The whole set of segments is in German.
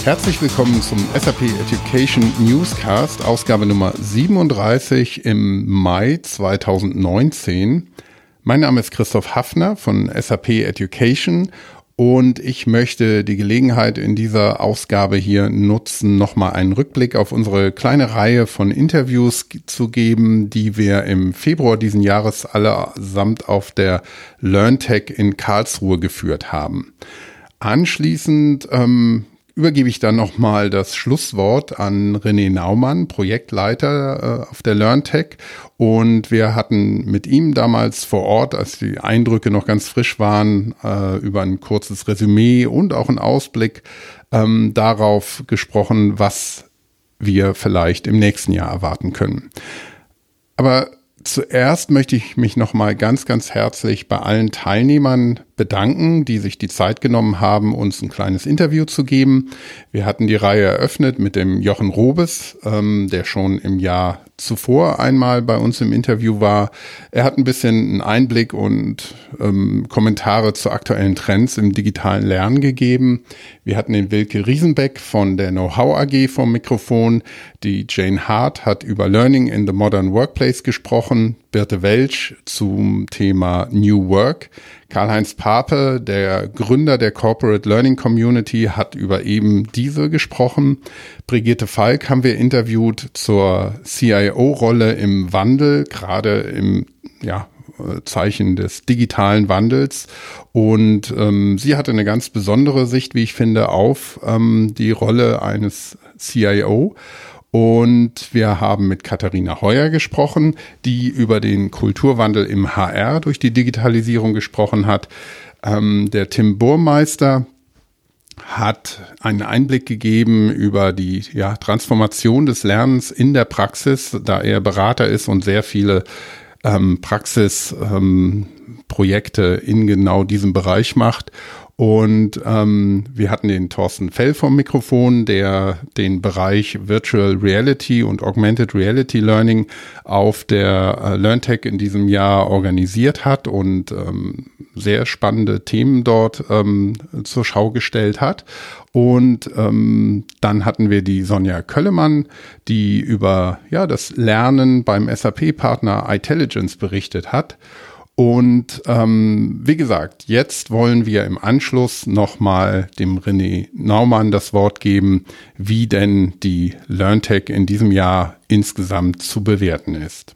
Herzlich willkommen zum SAP Education Newscast, Ausgabe Nummer 37 im Mai 2019. Mein Name ist Christoph Hafner von SAP Education und ich möchte die Gelegenheit in dieser Ausgabe hier nutzen, nochmal einen Rückblick auf unsere kleine Reihe von Interviews zu geben, die wir im Februar diesen Jahres allesamt auf der LearnTech in Karlsruhe geführt haben. Anschließend übergebe ich dann nochmal das Schlusswort an René Naumann, Projektleiter auf der LearnTech. Und wir hatten mit ihm damals vor Ort, als die Eindrücke noch ganz frisch waren, über ein kurzes Resümee und auch einen Ausblick darauf gesprochen, was wir vielleicht im nächsten Jahr erwarten können. Aber zuerst möchte ich mich nochmal ganz, ganz herzlich bei allen Teilnehmern bedanken, die sich die Zeit genommen haben, uns ein kleines Interview zu geben. Wir hatten die Reihe eröffnet mit dem Jochen Robes, der schon im Jahr zuvor einmal bei uns im Interview war. Er hat ein bisschen einen Einblick und Kommentare zu aktuellen Trends im digitalen Lernen gegeben. Wir hatten den Wilke Riesenbeck von der Know-how AG vom Mikrofon. Die Jane Hart hat über Learning in the Modern Workplace gesprochen. Birte Welsch zum Thema New Work. Karl-Heinz Pape, der Gründer der Corporate Learning Community, hat über eben diese gesprochen. Brigitte Falk haben wir interviewt zur CIO-Rolle im Wandel, gerade im Zeichen des digitalen Wandels. Und sie hatte eine ganz besondere Sicht, wie ich finde, auf die Rolle eines CIO. Und wir haben mit Katharina Heuer gesprochen, die über den Kulturwandel im HR durch die Digitalisierung gesprochen hat. Der Tim Burmeister hat einen Einblick gegeben über die Transformation des Lernens in der Praxis, da er Berater ist und sehr viele Praxisprojekte in genau diesem Bereich macht. Und wir hatten den Thorsten Fell vom Mikrofon, der den Bereich Virtual Reality und Augmented Reality Learning auf der LearnTech in diesem Jahr organisiert hat und sehr spannende Themen dort zur Schau gestellt hat. Und dann hatten wir die Sonja Köllemann, die über das Lernen beim SAP-Partner Itelligence berichtet hat. Und wie gesagt, jetzt wollen wir im Anschluss nochmal dem René Naumann das Wort geben, wie denn die LearnTech in diesem Jahr insgesamt zu bewerten ist.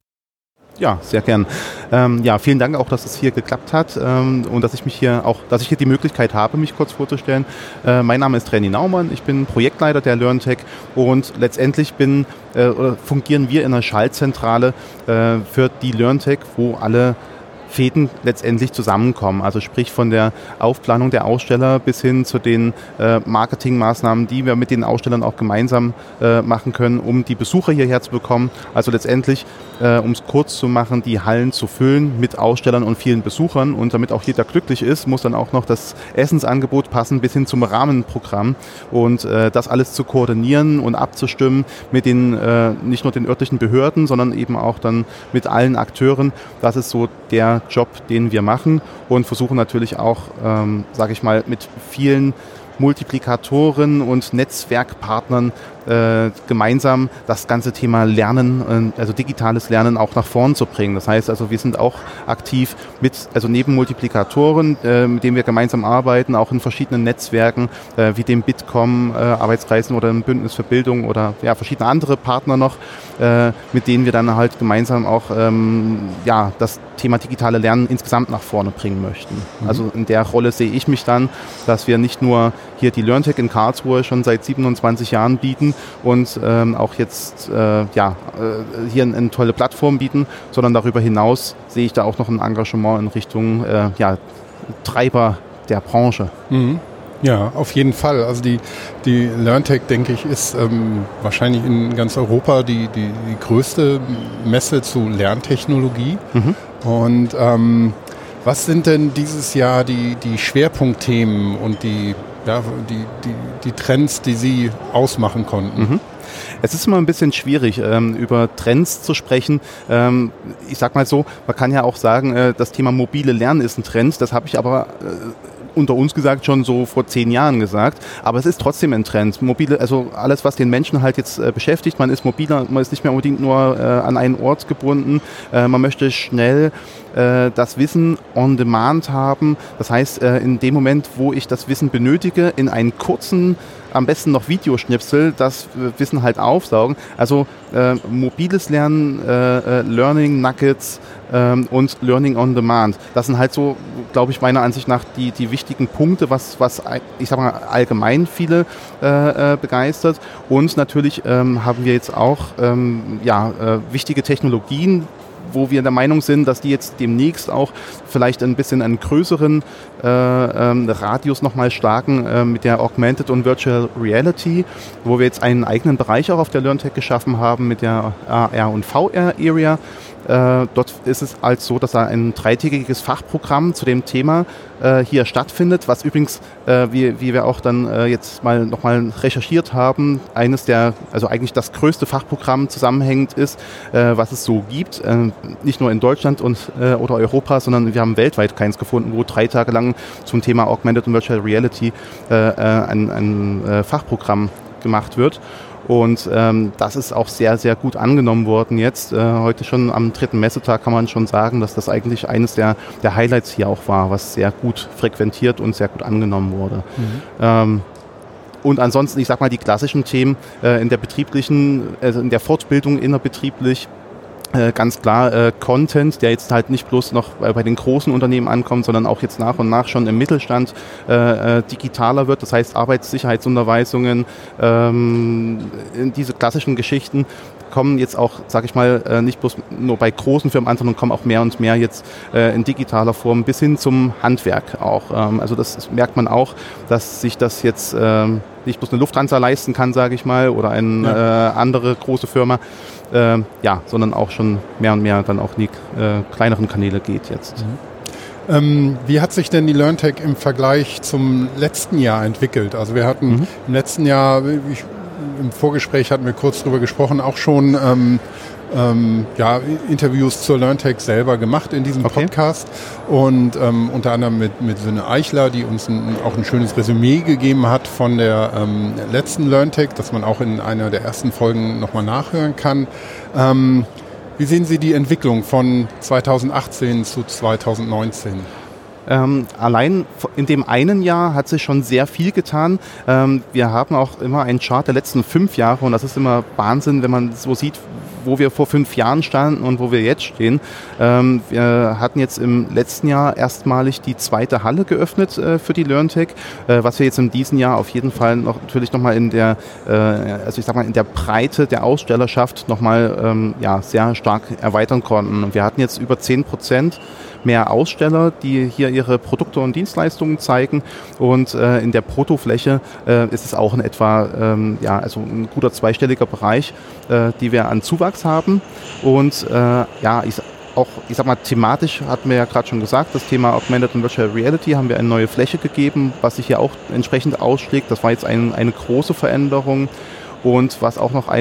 Ja, sehr gern. Vielen Dank auch, dass es hier geklappt hat und dass ich hier die Möglichkeit habe, mich kurz vorzustellen. Mein Name ist René Naumann, ich bin Projektleiter der LearnTech und letztendlich fungieren wir in einer Schaltzentrale für die LearnTech, wo alle Fäden letztendlich zusammenkommen. Also sprich von der Aufplanung der Aussteller bis hin zu den Marketingmaßnahmen, die wir mit den Ausstellern auch gemeinsam machen können, um die Besucher hierher zu bekommen. Also letztendlich, um es kurz zu machen, die Hallen zu füllen mit Ausstellern und vielen Besuchern. Und damit auch jeder glücklich ist, muss dann auch noch das Essensangebot passen bis hin zum Rahmenprogramm. Und das alles zu koordinieren und abzustimmen mit den nicht nur den örtlichen Behörden, sondern eben auch dann mit allen Akteuren. Das ist so der Job, den wir machen und versuchen natürlich auch, mit vielen Multiplikatoren und Netzwerkpartnern gemeinsam das ganze Thema Lernen, also digitales Lernen auch nach vorn zu bringen. Das heißt also, wir sind auch aktiv neben Multiplikatoren, mit denen wir gemeinsam arbeiten, auch in verschiedenen Netzwerken, wie dem Bitkom, Arbeitskreisen oder im Bündnis für Bildung oder verschiedene andere Partner noch, mit denen wir dann halt gemeinsam auch das Thema digitale Lernen insgesamt nach vorne bringen möchten. Also in der Rolle sehe ich mich dann, dass wir nicht nur hier die LearnTech in Karlsruhe schon seit 27 Jahren bieten und auch jetzt hier eine tolle Plattform bieten, sondern darüber hinaus sehe ich da auch noch ein Engagement in Richtung Treiber der Branche. Mhm. Ja, auf jeden Fall. Also die LearnTech, denke ich, ist wahrscheinlich in ganz Europa die größte Messe zu Lerntechnologie. Mhm. Und was sind denn dieses Jahr die Schwerpunktthemen und die Trends, die Sie ausmachen konnten? Mhm. Es ist immer ein bisschen schwierig, über Trends zu sprechen. Ich sag mal so, man kann ja auch sagen, das Thema mobile Lernen ist ein Trend. Das habe ich aber unter uns gesagt schon so vor 10 Jahren gesagt, aber es ist trotzdem ein Trend. Mobile, also alles, was den Menschen halt jetzt beschäftigt, man ist mobiler, man ist nicht mehr unbedingt nur an einen Ort gebunden, man möchte schnell das Wissen on demand haben. Das heißt, in dem Moment, wo ich das Wissen benötige, in einen kurzen, am besten noch Videoschnipsel, das Wissen halt aufsaugen. Also mobiles Lernen, Learning Nuggets und Learning on Demand. Das sind halt so, glaube ich, meiner Ansicht nach die wichtigen Punkte, was ich sag mal allgemein viele begeistert. Und natürlich haben wir jetzt auch wichtige Technologien, wo wir der Meinung sind, dass die jetzt demnächst auch vielleicht ein bisschen einen größeren Radius nochmal schlagen mit der Augmented und Virtual Reality, wo wir jetzt einen eigenen Bereich auch auf der LearnTech geschaffen haben mit der AR und VR Area. Dort ist es als so, dass da ein 3-tägiges Fachprogramm zu dem Thema hier stattfindet, was übrigens, wie wir auch dann jetzt mal nochmal recherchiert haben, also eigentlich das größte Fachprogramm zusammenhängend ist, was es so gibt. Nicht nur in Deutschland oder Europa, sondern wir haben weltweit keins gefunden, wo 3 Tage lang zum Thema Augmented und Virtual Reality ein Fachprogramm gemacht wird. Und das ist auch sehr, sehr gut angenommen worden jetzt. Heute schon am 3. Messetag kann man schon sagen, dass das eigentlich eines der Highlights hier auch war, was sehr gut frequentiert und sehr gut angenommen wurde. Und ansonsten, ich sag mal, die klassischen Themen in der betrieblichen, also in der Fortbildung innerbetrieblich, ganz klar Content, der jetzt halt nicht bloß noch bei den großen Unternehmen ankommt, sondern auch jetzt nach und nach schon im Mittelstand digitaler wird. Das heißt Arbeitssicherheitsunterweisungen, diese klassischen Geschichten kommen jetzt auch, sage ich mal, nicht bloß nur bei großen Firmen an, sondern kommen auch mehr und mehr jetzt in digitaler Form bis hin zum Handwerk auch. Also das merkt man auch, dass sich das jetzt nicht bloß eine Lufthansa leisten kann, sage ich mal, oder eine andere große Firma, sondern auch schon mehr und mehr dann auch in die kleineren Kanäle geht jetzt. Wie hat sich denn die LearnTech im Vergleich zum letzten Jahr entwickelt? Also wir hatten im letzten Jahr, im Vorgespräch hatten wir kurz drüber gesprochen, auch schon Interviews zur LearnTech selber gemacht in diesem Podcast und unter anderem mit Sünne Eichler, die uns auch ein schönes Resümee gegeben hat von der letzten LearnTech, das man auch in einer der ersten Folgen nochmal nachhören kann. Wie sehen Sie die Entwicklung von 2018 zu 2019? Allein in dem einen Jahr hat sich schon sehr viel getan. Wir haben auch immer einen Chart der letzten 5 Jahre und das ist immer Wahnsinn, wenn man so sieht, wo wir vor 5 Jahren standen und wo wir jetzt stehen. Wir hatten jetzt im letzten Jahr erstmalig die 2. Halle geöffnet für die LearnTech, was wir jetzt in diesem Jahr auf jeden Fall natürlich nochmal in der, in der Breite der Ausstellerschaft nochmal sehr stark erweitern konnten. Und wir hatten jetzt über 10% mehr Aussteller, die hier ihre Produkte und Dienstleistungen zeigen und in der Bruttofläche ist es auch in etwa ein guter 2-stelliger Bereich, die wir an Zuwachs haben und thematisch hatten wir ja gerade schon gesagt, das Thema Augmented und Virtual Reality haben wir eine neue Fläche gegeben, was sich hier auch entsprechend ausschlägt. Das war jetzt eine große Veränderung und was auch noch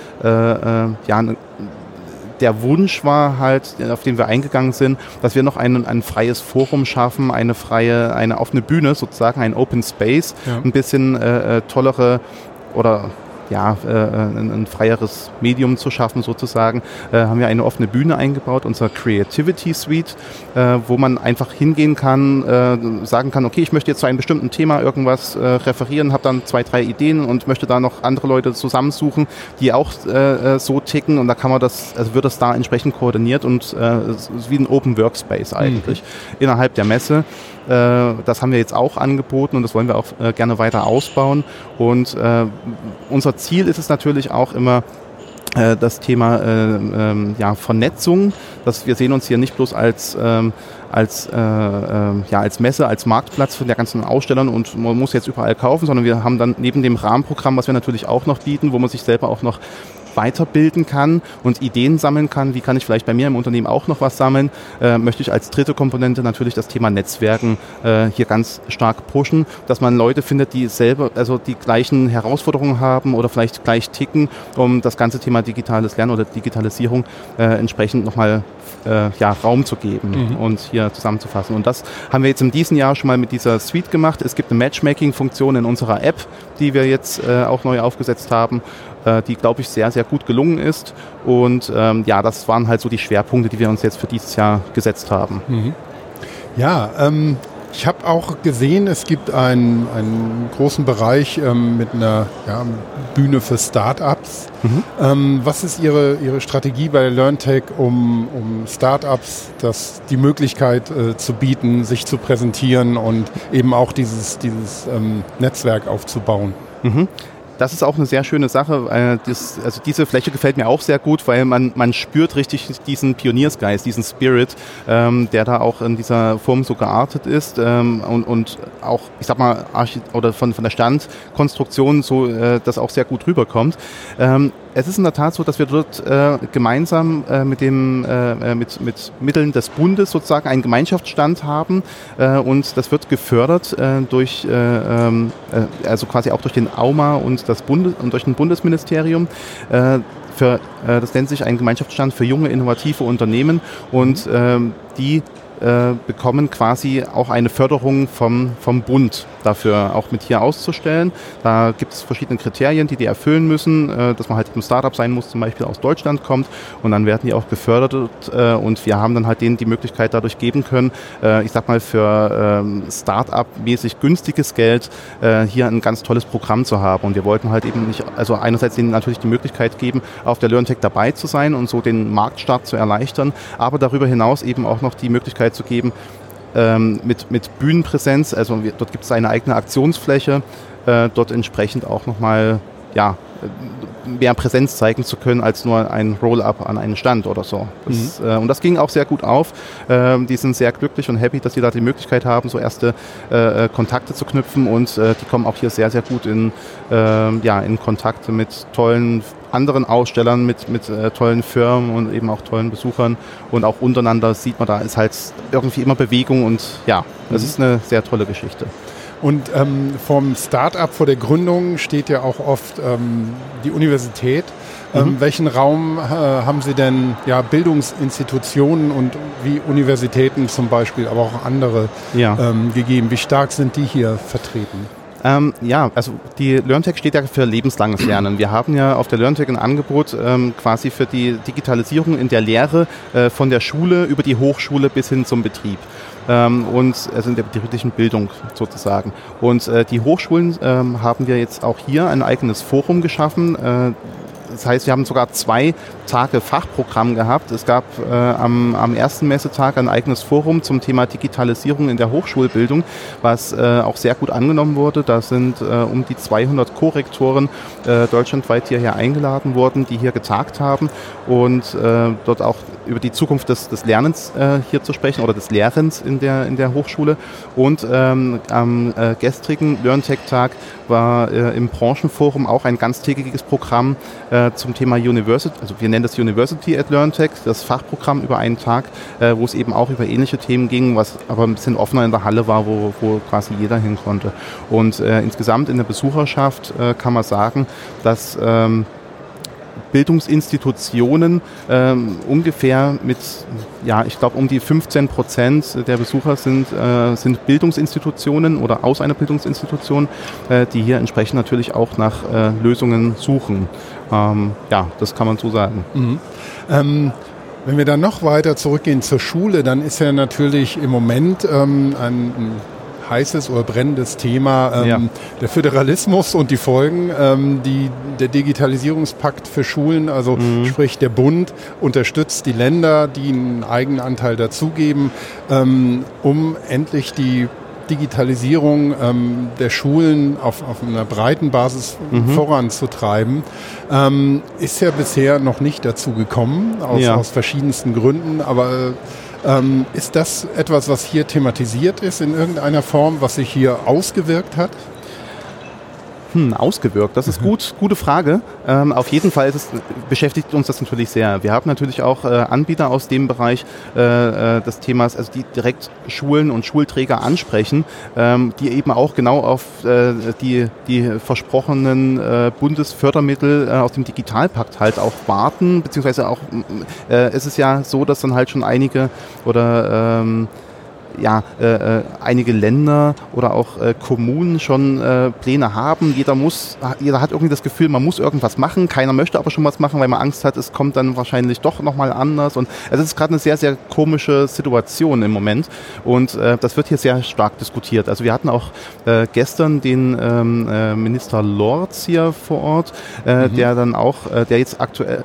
der Wunsch war halt, auf den wir eingegangen sind, dass wir noch ein freies Forum schaffen, eine offene Bühne sozusagen, ein Open Space, ein bisschen tollere oder ein freieres Medium zu schaffen sozusagen, haben wir eine offene Bühne eingebaut, unser Creativity Suite, wo man einfach hingehen kann, sagen kann, okay, ich möchte jetzt zu einem bestimmten Thema irgendwas referieren, habe dann 2, 3 Ideen und möchte da noch andere Leute zusammensuchen, die auch so ticken und da kann man wird das da entsprechend koordiniert und wie ein Open Workspace eigentlich innerhalb der Messe. Das haben wir jetzt auch angeboten und das wollen wir auch gerne weiter ausbauen. Und unser Ziel ist es natürlich auch immer, das Thema Vernetzung. Wir sehen uns hier nicht bloß als Messe, als Marktplatz von der ganzen Ausstellern und man muss jetzt überall kaufen, sondern wir haben dann neben dem Rahmenprogramm, was wir natürlich auch noch bieten, wo man sich selber auch noch weiterbilden kann und Ideen sammeln kann. Wie kann ich vielleicht bei mir im Unternehmen auch noch was sammeln? Möchte ich als dritte Komponente natürlich das Thema Netzwerken hier ganz stark pushen, dass man Leute findet, die selber die gleichen Herausforderungen haben oder vielleicht gleich ticken, um das ganze Thema digitales Lernen oder Digitalisierung entsprechend nochmal Raum zu geben und hier zusammenzufassen. Und das haben wir jetzt in diesem Jahr schon mal mit dieser Suite gemacht. Es gibt eine Matchmaking-Funktion in unserer App, die wir jetzt auch neu aufgesetzt haben, die, glaube ich, sehr, sehr gut gelungen ist. Und das waren halt so die Schwerpunkte, die wir uns jetzt für dieses Jahr gesetzt haben. Ja, ich habe auch gesehen, es gibt einen großen Bereich mit einer Bühne für Startups. Was ist Ihre Strategie bei LearnTech, um Startups die Möglichkeit zu bieten, sich zu präsentieren und eben auch dieses Netzwerk aufzubauen? Das ist auch eine sehr schöne Sache. Diese Fläche gefällt mir auch sehr gut, weil man spürt richtig diesen Pioniersgeist, diesen Spirit, der da auch in dieser Form so geartet ist und auch, ich sag mal, von der Standkonstruktion so, das auch sehr gut rüberkommt. Es ist in der Tat so, dass wir dort gemeinsam mit Mitteln des Bundes sozusagen einen Gemeinschaftsstand haben und das wird gefördert durch quasi auch durch den AUMA und durch ein Bundesministerium. Das nennt sich ein Gemeinschaftsstand für junge, innovative Unternehmen und die bekommen quasi auch eine Förderung vom Bund dafür auch mit hier auszustellen. Da gibt es verschiedene Kriterien, die erfüllen müssen, dass man halt ein Startup sein muss, zum Beispiel aus Deutschland kommt und dann werden die auch gefördert und wir haben dann halt denen die Möglichkeit dadurch geben können, ich sag mal für Startup-mäßig günstiges Geld hier ein ganz tolles Programm zu haben und wir wollten halt eben nicht, also einerseits denen natürlich die Möglichkeit geben, auf der LearnTech dabei zu sein und so den Marktstart zu erleichtern, aber darüber hinaus eben auch noch die Möglichkeit zu geben, mit Bühnenpräsenz, also dort gibt es eine eigene Aktionsfläche, dort entsprechend auch nochmal mehr Präsenz zeigen zu können als nur ein Roll-up an einen Stand oder so. Und das ging auch sehr gut auf. Die sind sehr glücklich und happy, dass sie da die Möglichkeit haben, so erste Kontakte zu knüpfen und die kommen auch hier sehr, sehr gut in Kontakte mit tollen anderen Ausstellern, mit tollen Firmen und eben auch tollen Besuchern und auch untereinander sieht man, da ist halt irgendwie immer Bewegung und das ist eine sehr tolle Geschichte. Und vom Start-up vor der Gründung steht ja auch oft die Universität. Welchen Raum haben Sie denn Bildungsinstitutionen und wie Universitäten zum Beispiel, aber auch andere gegeben? Wie stark sind die hier vertreten? Also die LearnTech steht ja für lebenslanges Lernen. Wir haben ja auf der LearnTech ein Angebot quasi für die Digitalisierung in der Lehre von der Schule über die Hochschule bis hin zum Betrieb. Und also in der betrieblichen Bildung sozusagen. Und die Hochschulen haben wir jetzt auch hier ein eigenes Forum geschaffen. Das heißt, wir haben sogar 2 Tage Fachprogramm gehabt. Es gab am ersten Messetag ein eigenes Forum zum Thema Digitalisierung in der Hochschulbildung, was auch sehr gut angenommen wurde. Da sind um die 200 Korrektoren deutschlandweit hierher eingeladen worden, die hier getagt haben und dort auch über die Zukunft des Lernens hier zu sprechen oder des Lehrens in der Hochschule. Und am gestrigen LearnTech-Tag war im Branchenforum auch ein ganztägiges Programm zum Thema University, also wir nennen das University at LearnTech, das Fachprogramm über einen Tag, wo es eben auch über ähnliche Themen ging, was aber ein bisschen offener in der Halle war, wo quasi jeder hin konnte. Und insgesamt in der Besucherschaft kann man sagen, dass Bildungsinstitutionen ungefähr mit, ich glaube um die 15% der Besucher sind Bildungsinstitutionen oder aus einer Bildungsinstitution, die hier entsprechend natürlich auch nach Lösungen suchen. Das kann man so sagen. Wenn wir dann noch weiter zurückgehen zur Schule, dann ist ja natürlich im Moment ein heißes oder brennendes Thema der Föderalismus und die Folgen, der Digitalisierungspakt für Schulen, also sprich der Bund unterstützt die Länder, die einen eigenen Anteil dazugeben, um endlich die Digitalisierung der Schulen auf einer breiten Basis voranzutreiben, ist ja bisher noch nicht dazu gekommen, aus verschiedensten Gründen, aber ist das etwas, was hier thematisiert ist in irgendeiner Form, was sich hier ausgewirkt hat? Ausgewirkt, das ist gute Frage. Auf jeden Fall beschäftigt uns das natürlich sehr. Wir haben natürlich auch Anbieter aus dem Bereich des Themas, also die direkt Schulen und Schulträger ansprechen, die eben auch genau auf die versprochenen Bundesfördermittel aus dem Digitalpakt halt auch warten, beziehungsweise auch es ist ja so, dass dann halt schon einige oder einige Länder oder auch Kommunen schon Pläne haben. Jeder hat irgendwie das Gefühl, man muss irgendwas machen. Keiner möchte aber schon was machen, weil man Angst hat, es kommt dann wahrscheinlich doch nochmal anders. Und es ist gerade eine sehr, sehr komische Situation im Moment. Und das wird hier sehr stark diskutiert. Also wir hatten auch gestern den Minister Lorz hier vor Ort, der dann auch, der jetzt aktuell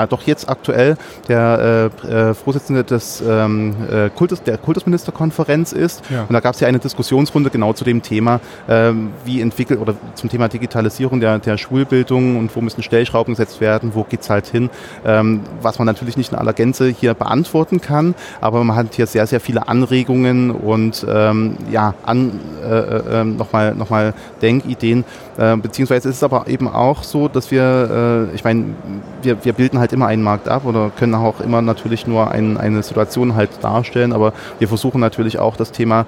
der Vorsitzende der Kultusministerkonferenz ist. Ja. Und da gab es ja eine Diskussionsrunde genau zu dem Thema, zum Thema Digitalisierung der Schulbildung und wo müssen Stellschrauben gesetzt werden, wo geht's halt hin, was man natürlich nicht in aller Gänze hier beantworten kann, aber man hat hier sehr, sehr viele Anregungen und nochmal Denkideen, beziehungsweise ist es aber eben auch so, dass wir bilden halt immer einen Markt ab oder können auch immer natürlich nur eine Situation halt darstellen, aber wir versuchen natürlich auch das Thema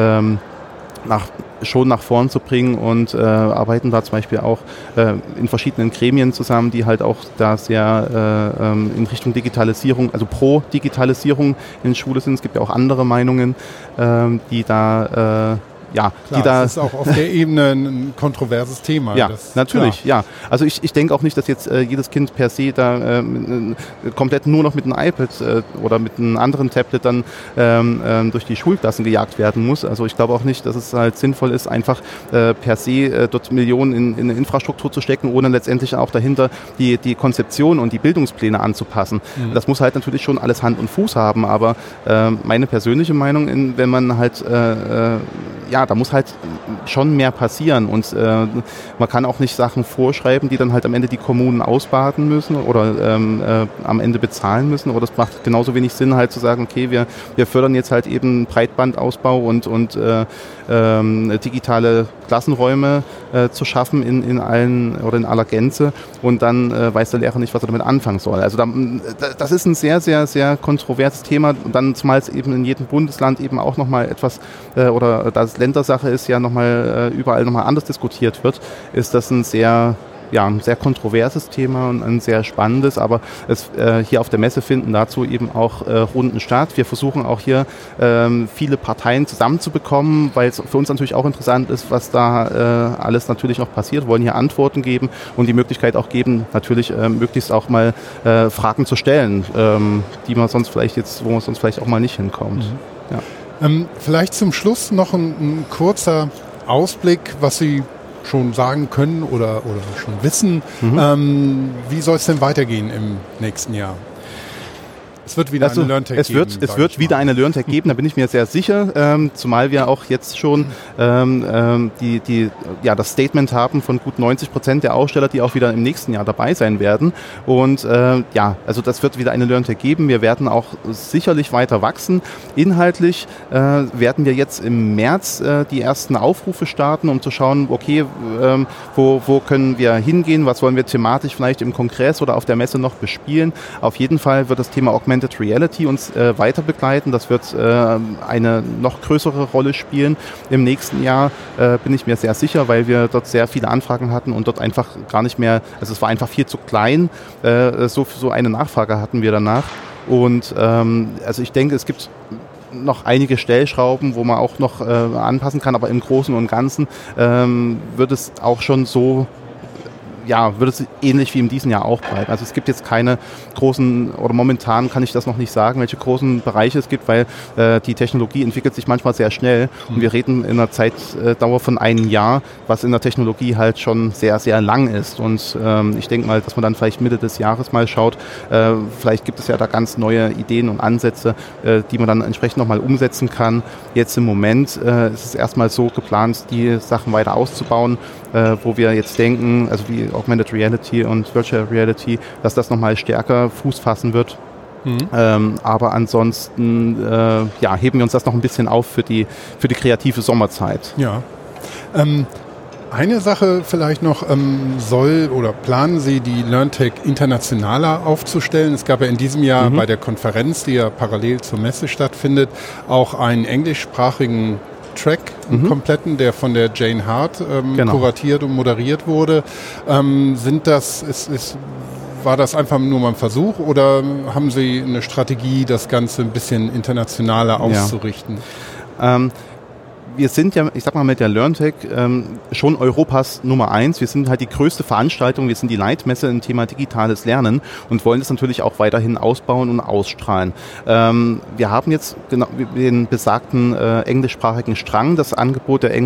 nach vorn zu bringen und arbeiten da zum Beispiel auch in verschiedenen Gremien zusammen, die halt auch da sehr in Richtung Digitalisierung, also pro Digitalisierung in Schule sind. Es gibt ja auch andere Meinungen, die da das ist auch auf der Ebene ein kontroverses Thema. Ja, natürlich, ja. Also ich denke auch nicht, dass jetzt jedes Kind per se da komplett nur noch mit einem iPad oder mit einem anderen Tablet dann durch die Schulklassen gejagt werden muss. Also ich glaube auch nicht, dass es halt sinnvoll ist, einfach per se dort Millionen in eine Infrastruktur zu stecken, ohne letztendlich auch dahinter die Konzeption und die Bildungspläne anzupassen. Mhm. Das muss halt natürlich schon alles Hand und Fuß haben, aber meine persönliche Meinung, wenn man halt da muss halt schon mehr passieren und man kann auch nicht Sachen vorschreiben, die dann halt am Ende die Kommunen ausbaden müssen oder am Ende bezahlen müssen, oder das macht genauso wenig Sinn halt zu sagen, okay, wir fördern jetzt halt eben Breitbandausbau und digitale Klassenräume zu schaffen in allen oder in aller Gänze und dann weiß der Lehrer nicht, was er damit anfangen soll. Also das ist ein sehr, sehr, sehr kontroverses Thema und dann zumal es eben in jedem Bundesland eben auch nochmal etwas oder das Ländersache ist, ja nochmal überall nochmal anders diskutiert wird, ist das ein sehr kontroverses Thema und ein sehr spannendes, aber hier auf der Messe finden dazu eben auch Runden statt. Wir versuchen auch hier viele Parteien zusammenzubekommen, weil es für uns natürlich auch interessant ist, was da alles natürlich noch passiert. Wir wollen hier Antworten geben und die Möglichkeit auch geben, natürlich möglichst auch mal Fragen zu stellen, wo man sonst vielleicht auch mal nicht hinkommt. Mhm. Ja. Vielleicht zum Schluss noch ein kurzer Ausblick, was Sie schon sagen können oder schon wissen. Mhm. Wie soll es denn weitergehen im nächsten Jahr? Es wird wieder eine LearnTech geben. Es wird wieder eine LearnTech geben, da bin ich mir sehr sicher, zumal wir auch jetzt schon das Statement haben von gut 90% der Aussteller, die auch wieder im nächsten Jahr dabei sein werden. Und also das wird wieder eine LearnTech geben. Wir werden auch sicherlich weiter wachsen. Inhaltlich werden wir jetzt im März die ersten Aufrufe starten, um zu schauen, okay, wo können wir hingehen, was wollen wir thematisch vielleicht im Kongress oder auf der Messe noch bespielen. Auf jeden Fall wird das Thema Augmented Reality uns weiter begleiten. Das wird eine noch größere Rolle spielen. Im nächsten Jahr bin ich mir sehr sicher, weil wir dort sehr viele Anfragen hatten und dort einfach gar nicht mehr, also es war einfach viel zu klein. So eine Nachfrage hatten wir danach. Und also ich denke, es gibt noch einige Stellschrauben, wo man auch noch anpassen kann, aber im Großen und Ganzen wird es auch schon so, wird es ähnlich wie in diesem Jahr auch bleiben. Also es gibt jetzt keine großen, oder momentan kann ich das noch nicht sagen, welche großen Bereiche es gibt, weil die Technologie entwickelt sich manchmal sehr schnell und wir reden in einer Zeitdauer von einem Jahr, was in der Technologie halt schon sehr, sehr lang ist. Und ich denke mal, dass man dann vielleicht Mitte des Jahres mal schaut, vielleicht gibt es ja da ganz neue Ideen und Ansätze, die man dann entsprechend nochmal umsetzen kann. Jetzt im Moment ist es erstmal so geplant, die Sachen weiter auszubauen, wo wir jetzt denken, also wie Augmented Reality und Virtual Reality, dass das nochmal stärker Fuß fassen wird. Mhm. Aber ansonsten heben wir uns das noch ein bisschen auf für die kreative Sommerzeit. Ja. Eine Sache vielleicht noch, soll oder planen Sie die LearnTech internationaler aufzustellen? Es gab ja in diesem Jahr bei der Konferenz, die ja parallel zur Messe stattfindet, auch einen englischsprachigen Track, einen kompletten, der von der Jane Hart kuratiert und moderiert wurde. War das einfach nur mal ein Versuch oder haben Sie eine Strategie, das Ganze ein bisschen internationaler auszurichten? Wir sind ja, ich sag mal, mit der LearnTech schon Europas Nummer 1. Wir sind halt die größte Veranstaltung, wir sind die Leitmesse im Thema digitales Lernen und wollen das natürlich auch weiterhin ausbauen und ausstrahlen. Wir haben jetzt genau den besagten englischsprachigen Strang, das Angebot der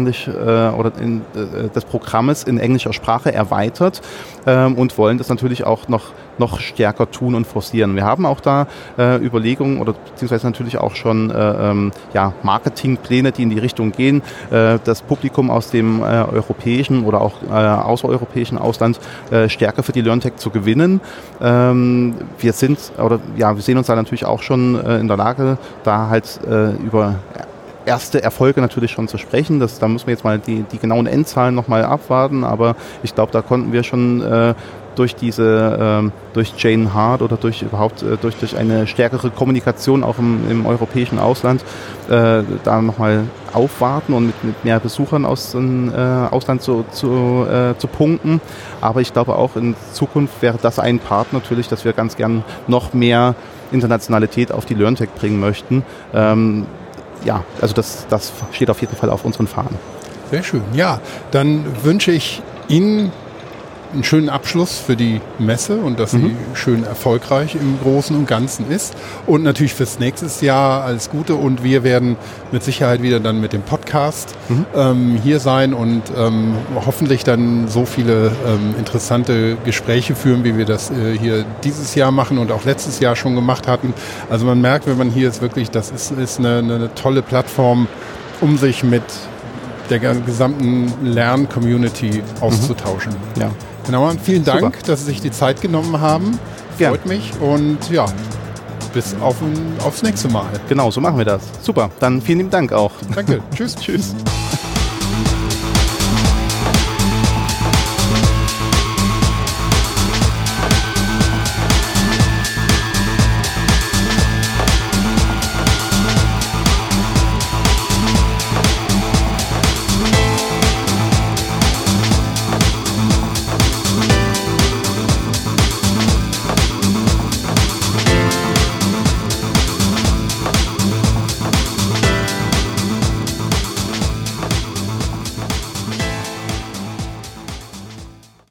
des Programmes in englischer Sprache erweitert und wollen das natürlich auch noch stärker tun und forcieren. Wir haben auch da Überlegungen oder beziehungsweise natürlich auch schon Marketingpläne, die in die Richtung gehen, das Publikum aus dem europäischen oder auch außereuropäischen Ausland stärker für die LearnTech zu gewinnen. Wir sehen uns da natürlich auch schon in der Lage, da halt über erste Erfolge natürlich schon zu sprechen. Da müssen wir jetzt mal die genauen Endzahlen nochmal abwarten, aber ich glaube, da konnten wir schon durch Jane Hart oder durch eine stärkere Kommunikation auch im europäischen Ausland da nochmal aufwarten und mit mehr Besuchern aus dem Ausland zu punkten. Aber ich glaube auch in Zukunft wäre das ein Part natürlich, dass wir ganz gern noch mehr Internationalität auf die LearnTech bringen möchten. Also das steht auf jeden Fall auf unseren Fahnen. Sehr schön. Ja, dann wünsche ich Ihnen einen schönen Abschluss für die Messe und dass sie schön erfolgreich im Großen und Ganzen ist. Und natürlich fürs nächste Jahr alles Gute. Und wir werden mit Sicherheit wieder dann mit dem Podcast hier sein und hoffentlich dann so viele interessante Gespräche führen, wie wir das hier dieses Jahr machen und auch letztes Jahr schon gemacht hatten. Also man merkt, wenn man hier ist, wirklich, das ist eine tolle Plattform, um sich mit der gesamten Lern-Community auszutauschen. Ja. Genau, vielen Dank, dass Sie sich die Zeit genommen haben. Freut mich und ja, bis aufs nächste Mal. Genau, so machen wir das. Super, dann vielen lieben Dank auch. Danke, tschüss. Tschüss.